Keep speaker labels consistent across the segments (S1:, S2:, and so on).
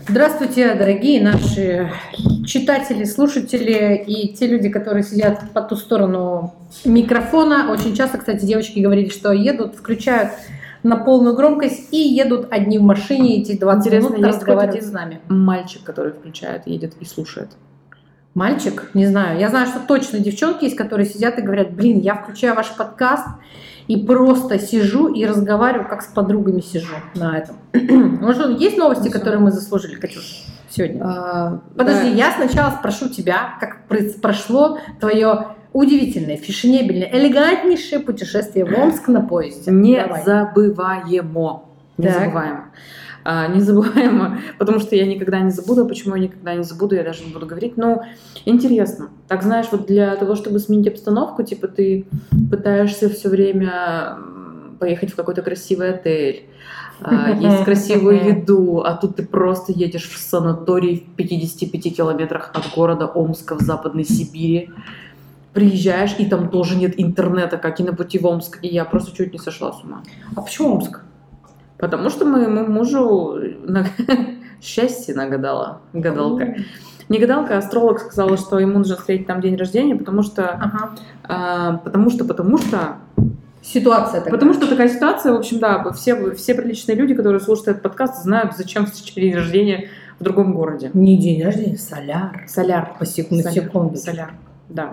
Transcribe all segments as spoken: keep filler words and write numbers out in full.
S1: Здравствуйте, дорогие наши читатели, слушатели и те люди, которые сидят по ту сторону микрофона. Очень часто, кстати, девочки говорили, что едут, включают на полную громкость и едут одни в машине, эти двадцать минут разговаривать с нами.
S2: Мальчик, который включает, едет и слушает.
S1: Мальчик? Не знаю. Я знаю, что точно девчонки есть, которые сидят и говорят: блин, я включаю ваш подкаст и просто сижу и разговариваю, как с подругами сижу на этом. Может, есть новости, ну, которые мы заслужили, Катюш, сегодня? А, Подожди, да. Я сначала спрошу тебя, как прошло твое удивительное, фешенебельное, элегантнейшее путешествие в Омск на поезде.
S2: Незабываемо. Незабываемо. А, незабываемо, потому что я никогда не забуду. Почему я никогда не забуду, я даже не буду говорить. Но интересно. Так, знаешь, вот для того, чтобы сменить обстановку, типа ты пытаешься все время поехать в какой-то красивый отель, есть красивую еду, а тут ты просто едешь в санаторий в пятидесяти пяти километрах от города Омска в Западной Сибири. Приезжаешь, и там тоже нет интернета, как и на пути в Омск. И я просто чуть не сошла с ума.
S1: А почему Омск?
S2: Потому что моему мужу на... счастье нагадала гадалка. Mm. Не гадалка, а астролог сказала, что ему нужно встретить там день рождения, потому что...
S1: Ага.
S2: А, потому что, потому что...
S1: Ситуация такая.
S2: Потому что такая ситуация, в общем, да, все, все приличные люди, которые слушают этот подкаст, знают, зачем встречать день рождения в другом городе.
S1: Не день рождения, соляр.
S2: Соляр.
S1: По секунду,
S2: соляр.
S1: секунду.
S2: Соляр, да.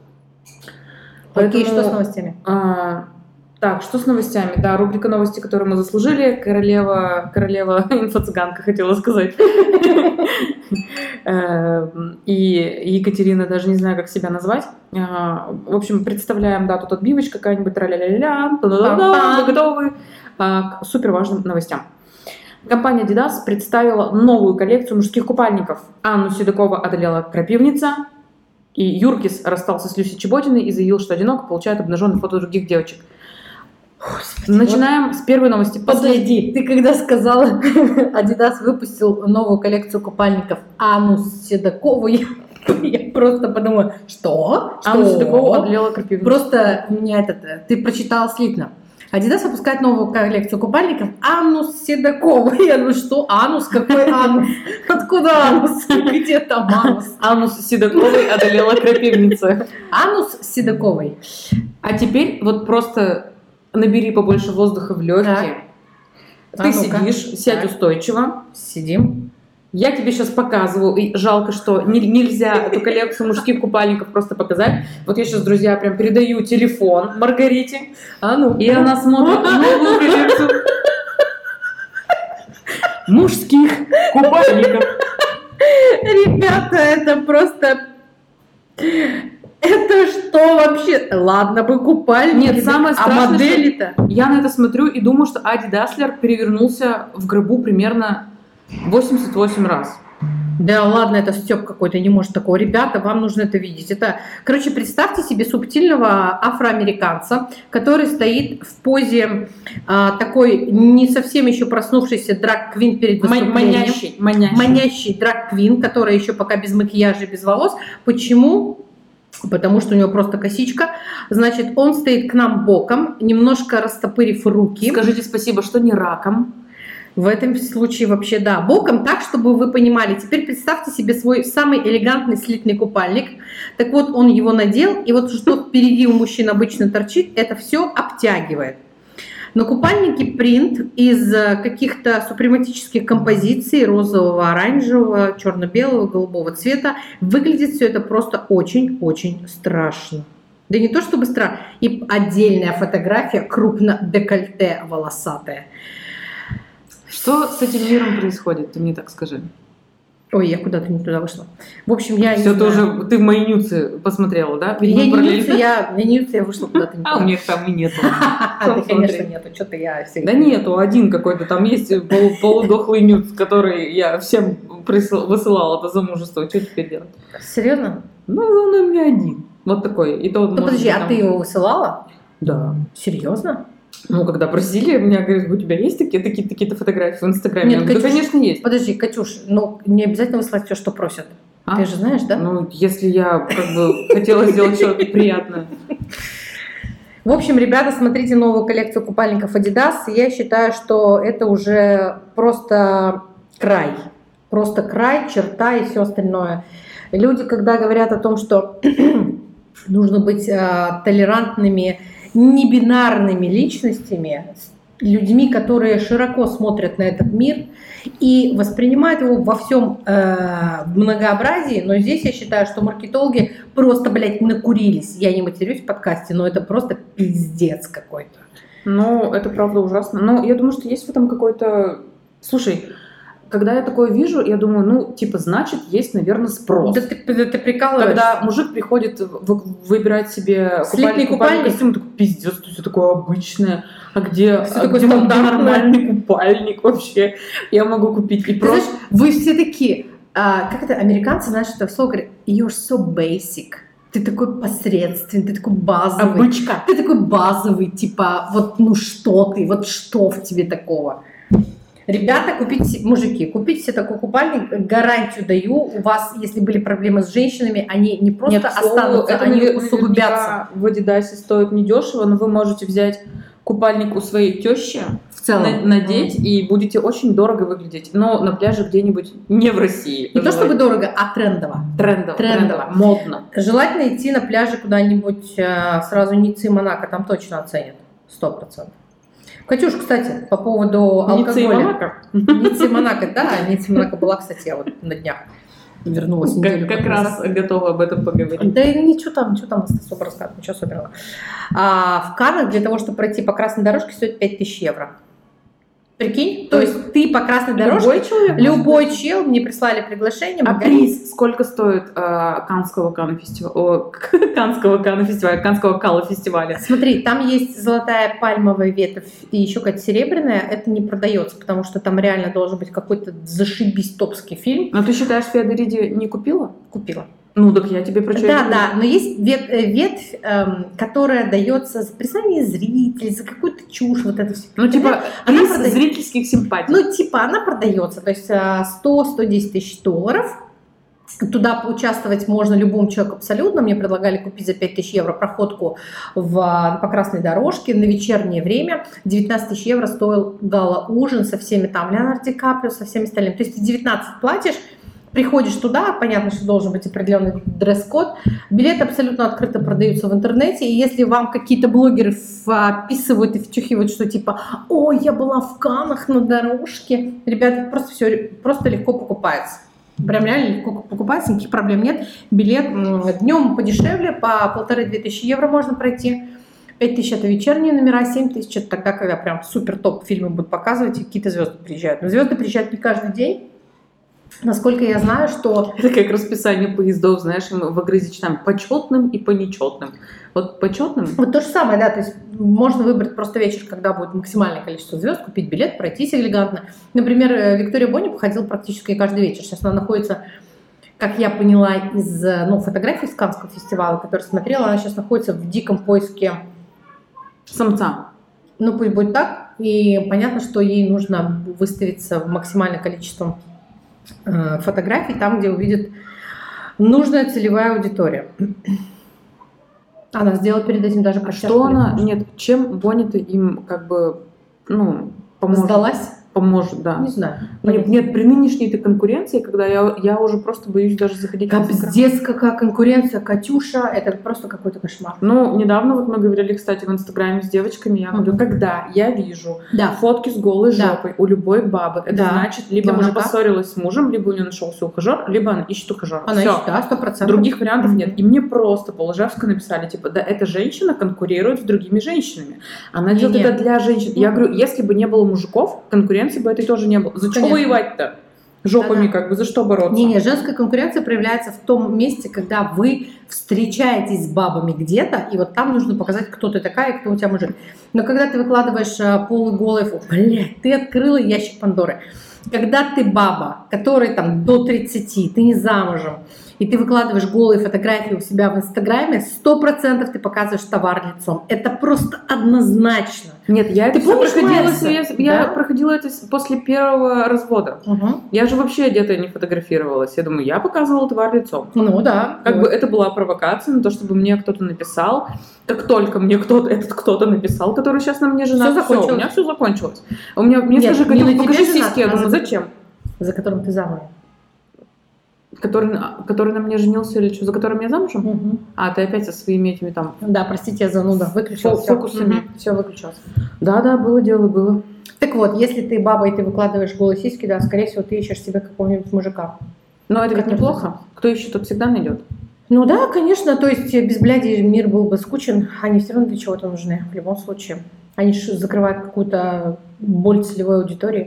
S1: Окей, что с новостями?
S2: А, так, что с новостями? Да, рубрика «Новости, которые мы заслужили». Королева, королева инфо-цыганка, хотела сказать. И Екатерина, даже не знаю, как себя назвать. В общем, представляем, да, тут отбивочка какая-нибудь, тра-ля-ля-ля, мы готовы к супер важным новостям. Компания Adidas представила новую коллекцию мужских купальников. Анну Седокова одолела крапивница. И Юркис расстался с Люси Чеботиной и заявил, что одиноко получает обнаженные фото других девочек. Господи, Начинаем вот с первой новости.
S1: Подожди, ты когда сказала, Adidas выпустил новую коллекцию купальников Анну Седокову, я, я просто подумала, что?
S2: Анну Седокову одолела крапивница.
S1: Просто у меня это, ты прочитала слитно. Adidas выпускает новую коллекцию купальников Анус Седокову. Я думаю, что анус? Какой анус? Откуда анус? Где там анус?
S2: Анус Седоковой одолела крапивница.
S1: Анус Седоковой.
S2: А теперь вот просто набери побольше воздуха в легкие. Ты а сидишь, сядь так. Устойчиво.
S1: Сидим.
S2: Я тебе сейчас показываю, и жалко, что не, нельзя эту коллекцию мужских купальников просто показать. Вот я сейчас, друзья, прям передаю телефон Маргарите,
S1: а ну,
S2: и она смотрит новую коллекцию мужских купальников.
S1: Ребята, это просто... Это что вообще? Ладно бы купальники.
S2: Нет, самое страшное,
S1: а модели-то?
S2: Я на это смотрю и думаю, что Ади Даслер перевернулся в гробу примерно восемьдесят восемь раз.
S1: Да ладно, это стёб какой-то, не может такого. Ребята, вам нужно это видеть. Это, короче, представьте себе субтильного афроамериканца, который стоит в позе а, такой не совсем еще проснувшийся драг-квин перед выступлением.
S2: Манящий, манящий.
S1: Манящий драг-квин, который еще пока без макияжа, без волос. Почему? Потому что у него просто косичка. Значит, он стоит к нам боком, немножко растопырив руки.
S2: Скажите спасибо, что не раком.
S1: В этом случае вообще да, боком так, чтобы вы понимали. Теперь представьте себе свой самый элегантный слитный купальник. Так вот, он его надел, и вот что впереди у мужчин обычно торчит, это все обтягивает. Но купальники принт из каких-то супрематических композиций розового, оранжевого, черно-белого, голубого цвета. Выглядит все это просто очень-очень страшно. Да не то чтобы страшно, и отдельная фотография крупно-декольте волосатая.
S2: Что с этим миром происходит, ты мне так скажи.
S1: Ой, я куда-то не туда вышла. В общем, я
S2: Все,
S1: не
S2: ты
S1: знаю.
S2: уже, ты в мои нюцы посмотрела, да?
S1: Я не нюцы, я, я нюцы, я вышла куда-то не туда.
S2: А у них там и нету.
S1: Да, конечно, нету, что-то я...
S2: Да нету, один какой-то, там есть полудохлый нюц, который я всем высылала до замужества. Что теперь делать?
S1: Серьезно?
S2: Ну, он у меня один. Вот такой. И то,
S1: ну, подожди, а ты его высылала?
S2: Да.
S1: Серьезно?
S2: Ну, когда просили, меня говорят, у тебя есть такие, такие, такие-то фотографии в Инстаграме?
S1: Нет,
S2: говорю,
S1: Катюш,
S2: да, конечно, есть.
S1: Подожди, Катюш, ну, не обязательно высылать все, что просят. А? Ты же знаешь, да?
S2: Ну, если я как бы хотела сделать что-то приятное.
S1: В общем, ребята, смотрите новую коллекцию купальников Adidas. Я считаю, что это уже просто край. Просто край, черта и все остальное. Люди, когда говорят о том, что нужно быть э, толерантными, небинарными личностями, людьми, которые широко смотрят на этот мир и воспринимают его во всем э, многообразии, но здесь я считаю, что маркетологи просто, блядь, накурились. Я не матерюсь в подкасте, но это просто пиздец какой-то.
S2: Ну, это правда ужасно. Но я думаю, что есть в этом какой-то... Слушай, когда я такое вижу, я думаю, ну, типа, значит, есть, наверное, спрос.
S1: Да ты, да ты прикалываешься.
S2: Когда мужик приходит в- выбирать себе
S1: Слитный
S2: купальник, купальник,
S1: купальник?
S2: костюм, такой, пиздец, тут все такое обычное. А где,
S1: Всё
S2: а
S1: такое
S2: где, где
S1: стандартное.
S2: нормальный купальник вообще? Я могу купить. И
S1: Ты
S2: просто...
S1: знаешь, вы все такие, а, как это, американцы, знаешь, это слово говорят, you're so basic. Ты такой посредственный, ты такой базовый.
S2: Обычка.
S1: Ты такой базовый, типа, вот ну что ты, вот что в тебе такого? Ребята, купите, мужики, купите себе такой купальник, гарантию даю, у вас, если были проблемы с женщинами, они не просто
S2: Нет, к слову,
S1: останутся,
S2: это
S1: они
S2: навер-
S1: усугубятся.
S2: наверняка в Адидасе стоит недешево, но вы можете взять купальник у своей тещи,
S1: В целом.
S2: на- надеть, и будете очень дорого выглядеть. Но на пляже где-нибудь не в России.
S1: Не то чтобы дорого, а трендово.
S2: Трендово,
S1: Трендово.
S2: трендово, модно.
S1: Желательно идти на пляже куда-нибудь э, сразу Ниццы и Монако, там точно оценят, сто процентов. Катюш, кстати, по поводу
S2: Ницца и
S1: алкоголя.
S2: Монако?
S1: Ницца и Монако, да, Ницца и Монако была, кстати, я вот на днях вернулась. неделю
S2: Как, как
S1: назад.
S2: раз готова об этом поговорить.
S1: Да и ничего там, ничего там особо рассказывать, ничего особенного. А в Каннах для того, чтобы пройти по красной дорожке, стоит пять тысяч евро. Прикинь? То есть ты по красной дорожке,
S2: Любой человек?
S1: любой чел, мне прислали приглашение.
S2: А
S1: мы
S2: приз сколько стоит э, Каннского Канн-фестиваля? О, Каннского Канн-фестиваля, Каннского Калла-фестиваля?
S1: Смотри, там есть золотая пальмовая ветвь и еще какая-то серебряная. Это не продается, потому что там реально должен быть какой-то зашибись топский фильм.
S2: Но ты считаешь, Феодориди не купила?
S1: Купила.
S2: Ну, так я тебе про что
S1: Да, да, но есть вет- э, ветвь, эм, которая дается за признание зрителей, за какую-то чушь, вот это все.
S2: Ну, типа,
S1: Она
S2: приз
S1: прода-
S2: зрительских симпатий.
S1: Ну, типа, она продается, то есть э, сто - сто десять тысяч долларов. Туда поучаствовать можно любому человеку абсолютно. Мне предлагали купить за пять тысяч евро проходку в, по красной дорожке на вечернее время. девятнадцать тысяч евро стоил гала-ужин со всеми там, Леонардо Ди Каприо, со всеми остальными. То есть ты девятнадцать платишь, приходишь туда, понятно, что должен быть определенный дресс-код. Билеты абсолютно открыто продаются в интернете. И если вам какие-то блогеры вписывают и втюхивают, что типа, ой, я была в Каннах на дорожке, ребята, просто все просто легко покупается. Прям реально легко покупается, никаких проблем нет. Билет днем подешевле, по полторы-две тысячи евро можно пройти. пять тысяч это вечерние номера, семь тысяч это тогда, когда прям супер топ фильмы будут показывать и какие-то звезды приезжают. Но звезды приезжают не каждый день. Насколько я знаю, что...
S2: Это как расписание поездов, знаешь, в Агрызич там почетным и по нечетным. Вот почетным...
S1: Вот то же самое, да, то есть можно выбрать просто вечер, когда будет максимальное количество звезд, купить билет, пройтись элегантно. Например, Виктория Бонни походила практически каждый вечер. Сейчас она находится, как я поняла из ну, фотографий с Каннского фестиваля, который смотрела, она сейчас находится в диком поиске
S2: Самца.
S1: Ну, пусть будет так. И понятно, что ей нужно выставиться в максимальное количество э, фотографий там, где увидит нужная целевая аудитория. Она сделала перед этим даже
S2: А что она... Нет, чем Бонни-то им как бы, ну, поможет?
S1: Сдалась?
S2: Поможет, да.
S1: Не знаю.
S2: Нет, нет, при нынешней-то конкуренции, когда я, я уже просто боюсь даже заходить в Инстаграм.
S1: Капздец, какая конкуренция, Катюша, это просто какой-то кошмар.
S2: Ну, недавно вот мы говорили, кстати, в Инстаграме с девочками, я говорю,
S1: Мгм.
S2: когда я вижу
S1: Да.
S2: фотки с голой
S1: Да.
S2: жопой у любой бабы, это
S1: Да.
S2: значит, либо
S1: Да,
S2: она
S1: она так.
S2: поссорилась с мужем, либо у нее нашелся ухажер, либо она ищет ухажера.
S1: Она
S2: Всё.
S1: ищет, да, сто процентов.
S2: Других вариантов нет. И мне просто по Лжевской написали, типа, да, эта женщина конкурирует с другими женщинами. Она
S1: Не,
S2: делает
S1: не.
S2: это для женщин. Я говорю, если бы не было мужиков, конкуренции бы этой тоже не было. За что
S1: Конечно.
S2: воевать-то? Жопами
S1: Да-да.
S2: как бы, за что бороться?
S1: Не-не, женская конкуренция проявляется в том месте, когда вы встречаетесь с бабами где-то, и вот там нужно показать, кто ты такая и кто у тебя мужик. Но когда ты выкладываешь а, полуголый, фу, блядь, ты открыла ящик Пандоры. Когда ты баба, которой там до тридцати, ты не замужем, и ты выкладываешь голые фотографии у себя в Инстаграме, сто процентов ты показываешь товар лицом. Это просто однозначно.
S2: Нет, я
S1: Ты
S2: это всё
S1: помнишь
S2: проходила,
S1: Марса?
S2: я, я
S1: Да?
S2: проходила это с- после первого развода.
S1: Угу.
S2: Я же вообще одетая не фотографировалась. Я думаю, я показывала товар лицом.
S1: Ну да.
S2: Как
S1: вот.
S2: бы это была провокация на то, чтобы мне кто-то написал. Как только мне кто-то, этот кто-то написал, который сейчас на мне женат,
S1: Всё
S2: всё, у
S1: закончилось.
S2: меня все закончилось. У меня, мне
S1: Нет,
S2: скажи,
S1: не
S2: Катюх,
S1: на
S2: покажи
S1: тебе женат,
S2: сиськи. Я
S1: а
S2: думаю,
S1: за-
S2: зачем?
S1: За которым ты замужем.
S2: Который, который на мне женился или что, за которым я замужем?
S1: Угу.
S2: А, ты опять со своими этими там...
S1: Да, простите, я зануда. Выключила.
S2: Фокусами.
S1: Угу. Все выключилось.
S2: Да-да, было дело, было.
S1: Так вот, если ты баба и ты выкладываешь голые сиськи, да, скорее всего, ты ищешь себе какого-нибудь мужика.
S2: Но это
S1: как
S2: ведь неплохо. Кто ищет, тот всегда найдет.
S1: Ну да, конечно, то есть без бляди мир был бы скучен, они все равно для чего-то нужны, в любом случае. Они же закрывают какую-то боль целевой аудитории.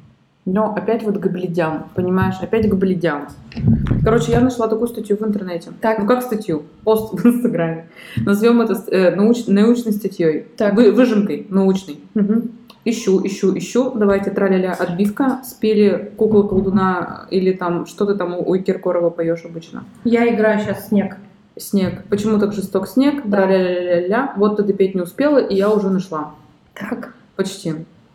S2: Но опять вот к бледям, понимаешь, опять к бледям. Короче, я нашла такую статью в интернете.
S1: Так.
S2: Ну как статью? Пост в Инстаграме. Назовем это э, науч, научной статьей.
S1: Так.
S2: Вы, выжимкой научной.
S1: Угу.
S2: Ищу, ищу, ищу. Давайте траля-ля отбивка. Спели кукла колдуна или там что ты там у Киркорова поешь обычно.
S1: Я играю сейчас «Снег».
S2: Снег. Почему так жесток снег?
S1: Да.
S2: Траля-ля-ля-ля. Вот ты допеть не успела, и я уже нашла.
S1: Так.
S2: Почти.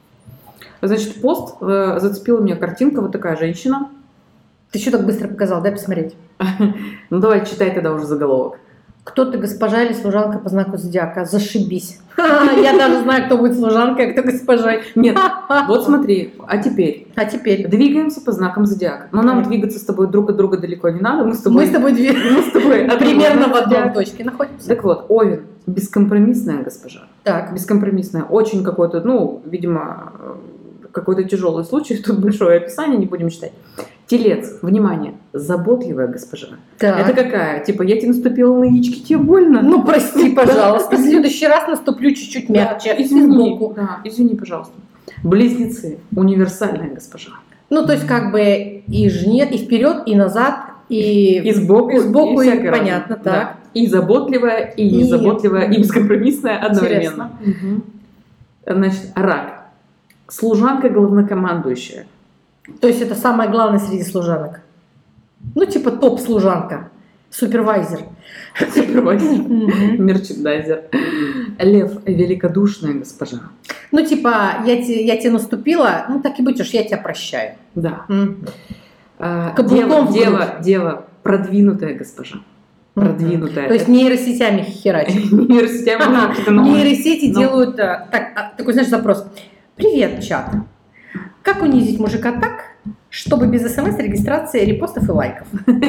S2: Значит, пост э, зацепила меня картинка, вот такая женщина.
S1: Ты что так быстро показал? Дай посмотреть.
S2: Ну давай, читай тогда уже заголовок.
S1: Кто ты, госпожа или служанка по знаку зодиака? Зашибись. Я даже знаю, кто будет служанкой, а кто госпожой.
S2: Нет, вот смотри, а теперь?
S1: А теперь?
S2: Двигаемся по знакам зодиака. Но нам двигаться с тобой друг от друга далеко не надо. Мы с тобой,
S1: Мы с тобой двигаемся.
S2: мы с тобой
S1: Примерно в одной
S2: зодиак.
S1: точке находимся.
S2: Так вот, Овен, бескомпромиссная госпожа.
S1: Так.
S2: Бескомпромиссная. Очень какой-то, ну, видимо, какой-то тяжелый случай. Тут большое описание, не будем читать. Телец, внимание, заботливая госпожа.
S1: Так.
S2: Это какая? Типа, я тебе наступила на яички, тебе больно?
S1: Ну, прости, пожалуйста. В следующий раз наступлю чуть-чуть мягче.
S2: Да, извини,
S1: Сбоку.
S2: да, извини, пожалуйста. Близнецы, универсальная госпожа.
S1: Ну, то есть, как бы и жне, и вперед, и назад, и,
S2: И сбоку,
S1: и, сбоку, и,
S2: всякое
S1: понятно,
S2: разное.
S1: так.
S2: Да. И заботливая, и
S1: И-
S2: незаботливая, и бескомпромиссная одновременно.
S1: Интересно. Мгм.
S2: Значит, рак. Служанка главнокомандующая.
S1: То есть, это самое главное среди служанок. Ну, типа топ-служанка. Супервайзер.
S2: Супервайзер.
S1: Мгм.
S2: Мерчендайзер. Лев, великодушная госпожа.
S1: Ну, типа, я тебе, я тебе наступила, ну, так и быть уж, я тебя прощаю.
S2: Да.
S1: М.
S2: А,
S1: Каблуком
S2: Дева,
S1: в
S2: дева,
S1: грудь.
S2: дева, продвинутая госпожа. Продвинутая.
S1: То есть, нейросетями херачат.
S2: Нейросетями
S1: Ага,
S2: какие-то новые.
S1: нейросети
S2: Ну.
S1: делают а, так, а, такой, знаешь, запрос. Привет, чат. Как унизить мужика так, чтобы без смс, регистрации, репостов и лайков?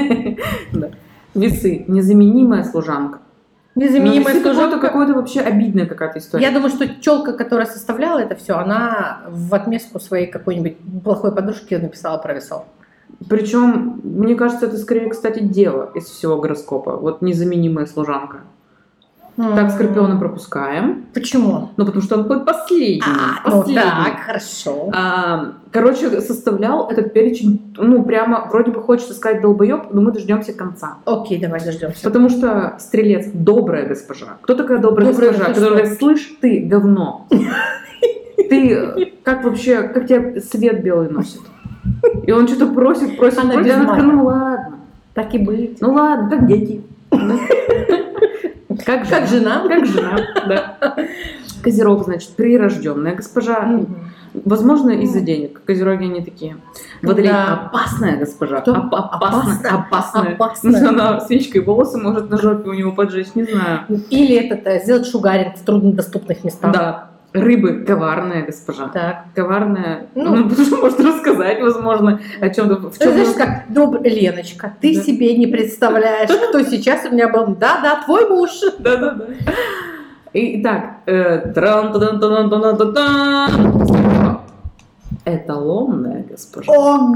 S2: Да. Весы. Незаменимая служанка.
S1: Незаменимая
S2: Ну, весы какое-то,
S1: служанка.
S2: какое-то вообще обидная какая-то история.
S1: Я думаю, что челка, которая составляла это все, она в отместку своей какой-нибудь плохой подружки написала про весов.
S2: Причем, мне кажется, это скорее, кстати, дева из всего гороскопа. Вот незаменимая служанка. Так, Скорпиона пропускаем.
S1: Почему?
S2: Ну, потому что он будет последний.
S1: А, ну
S2: последний.
S1: так, хорошо.
S2: А, короче, составлял этот перечень, ну, прямо, вроде бы хочется сказать долбоеб, но мы дождемся конца.
S1: Окей, давай дождемся.
S2: Потому что Стрелец – добрая госпожа. Кто такая добрая,
S1: Добрая
S2: госпожа?
S1: госпожа.
S2: Которая говорит, слышь, ты говно. Ты как вообще, как тебя свет белый носит? И он что-то просит, просит,
S1: Она
S2: просит.
S1: без
S2: Она такая,
S1: мата.
S2: ну ладно,
S1: Так и быть.
S2: ну ладно, как дети. Да. Как
S1: Как жена.
S2: Как жена, да. Козерог, значит, прирожденная госпожа.
S1: Мгм.
S2: Возможно, из-за денег. Козероги они такие. Водолей
S1: Да.
S2: опасная госпожа.
S1: Кто?
S2: Оп- опасная.
S1: Опасная?
S2: Опасная.
S1: Опасная.
S2: Ну, она свечкой волосы может на жопе у него поджечь, не знаю.
S1: Или этот, э, сделать шугаринг в труднодоступных местах.
S2: Да. Рыбы коварная госпожа.
S1: Так.
S2: Коварная.
S1: Ну.
S2: Ну, потому что может рассказать, возможно, о чем-то. В
S1: Ты
S2: чем
S1: знаешь, как, добр... Леночка, ты
S2: Да.
S1: себе не представляешь, кто сейчас у меня был. Да-да, твой муж.
S2: Да-да-да. Итак, э, тран-та-дан-та-дан-та-дан-та-дан. Эталонная госпожа.
S1: О,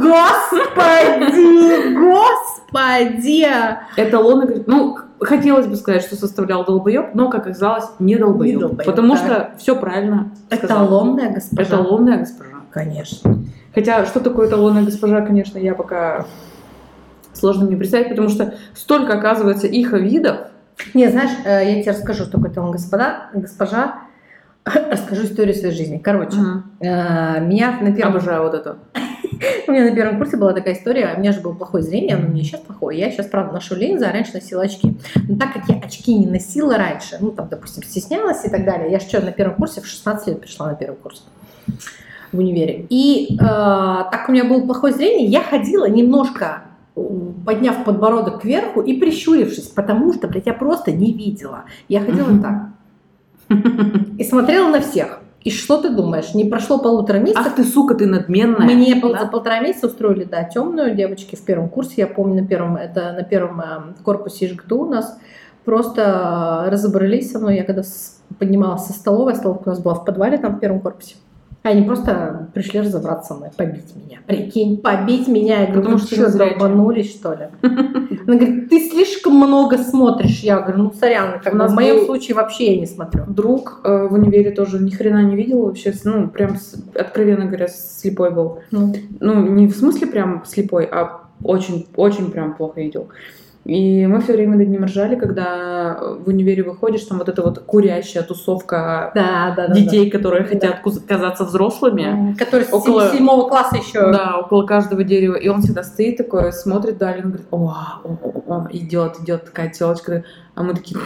S1: господи, господи.
S2: Эталонная, ну, хотелось бы сказать, что составлял долбоеб, но, как оказалось, не долбоеб.
S1: Не долбоеб,
S2: потому
S1: так.
S2: что все правильно сказал.
S1: Эталонная госпожа.
S2: Эталонная госпожа.
S1: Конечно.
S2: Хотя, что такое эталонная госпожа, конечно, я пока сложно мне представить, потому что столько, оказывается, их видов.
S1: Не, знаешь, э, я тебе расскажу, что такое эталон господа, госпожа. Расскажу историю своей жизни. Короче,
S2: Мгм.
S1: э, меня на первом...
S2: Обожаю вот это.
S1: У меня на первом курсе была такая история, у меня же было плохое зрение, оно у меня сейчас плохое, я сейчас, правда, ношу линзы, а раньше носила очки. Но так как я очки не носила раньше, ну, там, допустим, стеснялась и так далее, я же что, на первом курсе в шестнадцать лет пришла на первый курс в универе. И э, так как у меня было плохое зрение, я ходила немножко, э, подняв подбородок кверху и прищурившись, потому что, блядь, я просто не видела. Я ходила так и смотрела на всех. И что ты думаешь? Не прошло полутора месяцев.
S2: Ах ты, сука, ты надменная.
S1: Мне пол-
S2: да?
S1: за полтора месяца устроили, да, темную девочки в первом курсе. Я помню, на первом, это на первом э, корпусе ИЖГТУ у нас просто э, разобрались со мной. Я когда с- поднималась со столовой, столовка у нас была в подвале там в первом корпусе. Они просто пришли разобраться со мной, побить меня. Прикинь, побить меня. Я говорю,
S2: Потому
S1: вы
S2: что
S1: что,
S2: ты зрячая.
S1: долбанулись, что ли? Она говорит, ты слишком много смотришь. Я говорю, ну, сорян, как
S2: У
S1: бы,
S2: нас
S1: в моем
S2: был-
S1: случае вообще я не смотрю.
S2: Друг э, в универе тоже ни хрена не видел вообще, с- ну, прям, с- откровенно говоря, слепой был.
S1: Ну,
S2: Ну, не в смысле прям слепой, а очень, очень прям плохо видел. И мы все время над ним ржали, когда в универе выходишь, там вот эта вот курящая тусовка
S1: да, да, да.
S2: детей, которые
S1: Да.
S2: хотят куз- казаться взрослыми.
S1: Да. Который с
S2: Около-
S1: седьмого класса еще.
S2: Да, около каждого дерева. И он всегда стоит такой, смотрит вдаль, он говорит, о, о, о, о, идет, идет такая телочка. А мы такие,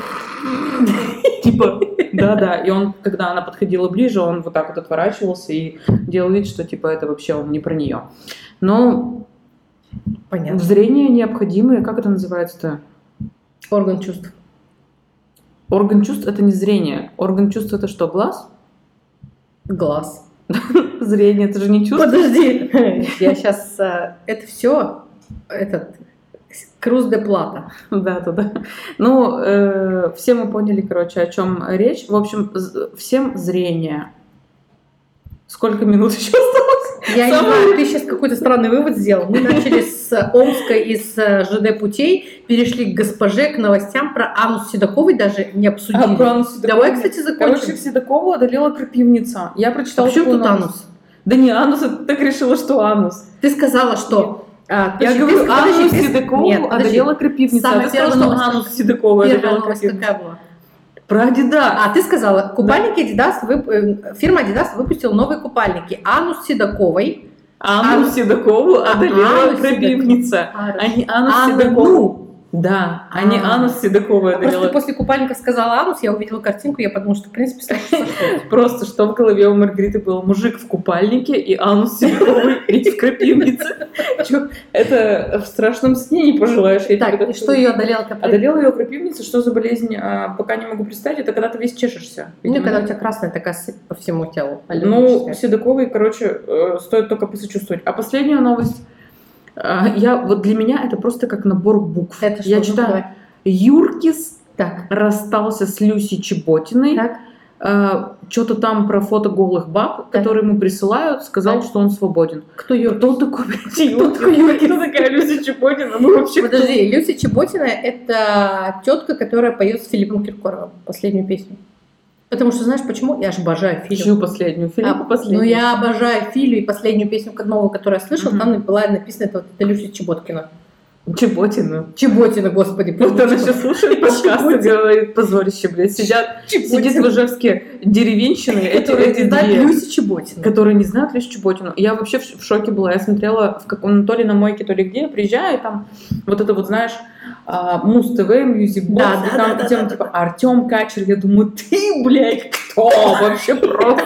S2: типа, да-да. И он, когда она подходила ближе, он вот так вот отворачивался и делал вид, что типа это вообще он не про нее. Но
S1: Понятно.
S2: зрение необходимое, как это называется-то?
S1: Орган чувств.
S2: Орган чувств — это не зрение. Орган чувств — это что, глаз?
S1: Глаз.
S2: Зрение — это же не чувство.
S1: Подожди. Я сейчас... Это все этот Круз де Плата.
S2: Да, да, да. Ну, э, все мы поняли, короче, о чем речь. В общем, з- всем зрение. Сколько минут еще осталось?
S1: Я не
S2: Самое-
S1: знаю, ты сейчас какой-то странный вывод сделал. Мы начали с Омска из ЖД путей, перешли к госпоже, к новостям про анус Седоковой даже не обсудили.
S2: А, про анус Седоковой.
S1: Давай, кстати, закончим.
S2: Короче, Седокову одолела крапивница. Я
S1: А
S2: прочитала
S1: почему
S2: такую
S1: тут
S2: новость.
S1: анус?
S2: Да не анус, я так решила, что анус.
S1: Ты сказала, что... А,
S2: Я
S1: подожди,
S2: говорю,
S1: ты- подожди,
S2: анус
S1: ты-
S2: Седокову
S1: Нет, подожди.
S2: одолела крапивница.
S1: Самая
S2: а ты сказала,
S1: первая
S2: что
S1: новость.
S2: анус Седокову
S1: Первая
S2: одолела
S1: новость
S2: крапивница.
S1: какая была?
S2: Про Adidas.
S1: А, ты сказала, купальники Adidas, вып- э, фирма Adidas выпустила новые купальники. Анус Седоковой.
S2: Анус
S1: Анус-
S2: Седокову
S1: А,
S2: одолела
S1: анус
S2: крапивница.
S1: А,
S2: А не анус
S1: Анну.
S2: Седокову. Да, а не
S1: А.
S2: анус Седокову
S1: Просто
S2: одолела.
S1: ты после купальника сказала анус, я увидела картинку, я подумала, что в принципе сошлось.
S2: Просто что в голове у Маргариты был мужик в купальнике и анус Седоковой в крапивнице. Чё, это в страшном сне не пожелаешь. Я тебе
S1: Так,
S2: так
S1: и что
S2: скажу.
S1: ее одолела капля?
S2: Одолела ее крапивница, что за болезнь, а, пока не могу представить, это когда ты весь чешешься.
S1: Ну,
S2: видимо.
S1: когда у тебя красная такая сыпь по всему телу.
S2: Ну,
S1: аллергическая.
S2: Седоковой, короче, э, стоит только посочувствовать. А последняя новость. а, Я, вот для меня это просто как набор букв.
S1: Это что?
S2: Я
S1: Ну,
S2: читаю.
S1: давай.
S2: Юркис
S1: Так,
S2: расстался с Люси Чеботиной.
S1: так.
S2: Что-то там про фото голых баб,
S1: Так.
S2: которые ему присылают, сказал,
S1: Так.
S2: что он свободен.
S1: Кто Юркис?
S2: Кто такой, блядь,
S1: Кто
S2: Юркис?
S1: такой Юркис?
S2: Кто такая Люся Чеботина? Ну вообще кто?
S1: Подожди, Люся Чеботина — это тетка, которая поет с Филиппом Киркоровым последнюю песню. Потому что, знаешь почему? Я же обожаю Филю.
S2: Чью последнюю? Филиппа
S1: А,
S2: последнюю.
S1: Ну, я обожаю Филю, и последнюю песню новую, которую я слышала,
S2: Мгм.
S1: там была написана это, вот, это Люся Чеботкина.
S2: Чеботина.
S1: Чеботина, господи.
S2: Вот она
S1: Чеботина.
S2: сейчас слушает подкаст и
S1: Чеботина.
S2: говорит, позорище, блядь, сидят,
S1: Чеботина.
S2: сидит в Ижевске деревенщины, эти,
S1: Которые
S2: эти
S1: не знают
S2: две,
S1: Люси Чеботина.
S2: которые не знают Люсю Чеботину. Я вообще в, в шоке была. Я смотрела в каком, то ли на мойке, то ли где, я приезжаю, и там вот это вот, знаешь, а, Муз-ТВ, Мьюзик Бокс,
S1: Да,
S2: и
S1: да,
S2: там
S1: да,
S2: тема
S1: да,
S2: типа Артем Качер. Я думаю, ты, блядь, кто? Вообще просто.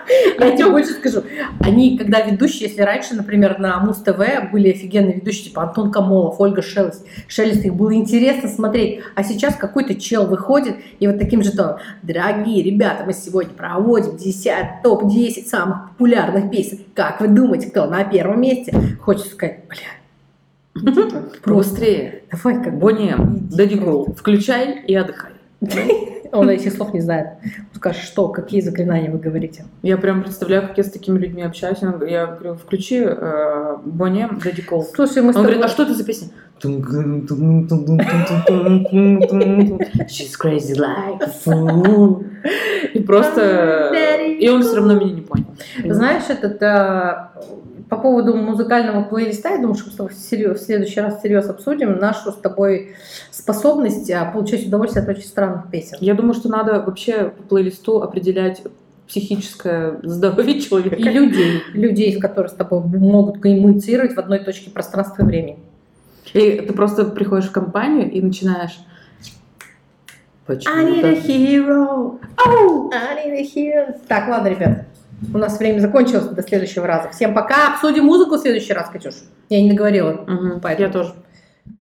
S1: Я тебе больше скажу. Они, когда ведущие, если раньше, например, на Муз-ТВ были офигенные ведущие, типа Антон Камолов, Ольга Шелест, Шелест, их было интересно смотреть. А сейчас какой-то чел выходит и вот таким же тоном: дорогие ребята, мы сегодня проводим десять, топ десять самых популярных песен. Как вы думаете, кто на первом месте? Хочется сказать, бля, просто
S2: Быстрее.
S1: давай как бы.
S2: Бонни М,
S1: Иди
S2: Дэдди
S1: просто.
S2: Коул, включай и отдыхай.
S1: Он этих слов не знает. Он скажет, что, какие заклинания вы говорите.
S2: Я прям представляю, как я с такими людьми общаюсь. Я говорю, включи э, Бонни М, Дэдди Коул.
S1: Слушай, мы с
S2: Он
S1: тобой...
S2: говорит, а что это за песня? She's crazy like a fool. И просто... И он все равно меня не понял.
S1: Знаешь, этот, а, по поводу музыкального плейлиста, я думаю, что мы с тобой всерьез- в следующий раз всерьез обсудим нашу с тобой способность а, получать удовольствие от очень странных песен.
S2: Я думаю, что надо вообще по плейлисту определять психическое здоровье человека.
S1: И людей, людей, которые с тобой могут коммуницировать в одной точке пространства и времени.
S2: И ты просто приходишь в компанию и начинаешь...
S1: I need a hero. Oh, I need a hero. Так, ладно, ребят. У нас время закончилось до следующего раза. Всем пока. Обсудим музыку в следующий раз, Катюш. Я не договорила.
S2: Угу,
S1: Поэтому.
S2: я тоже.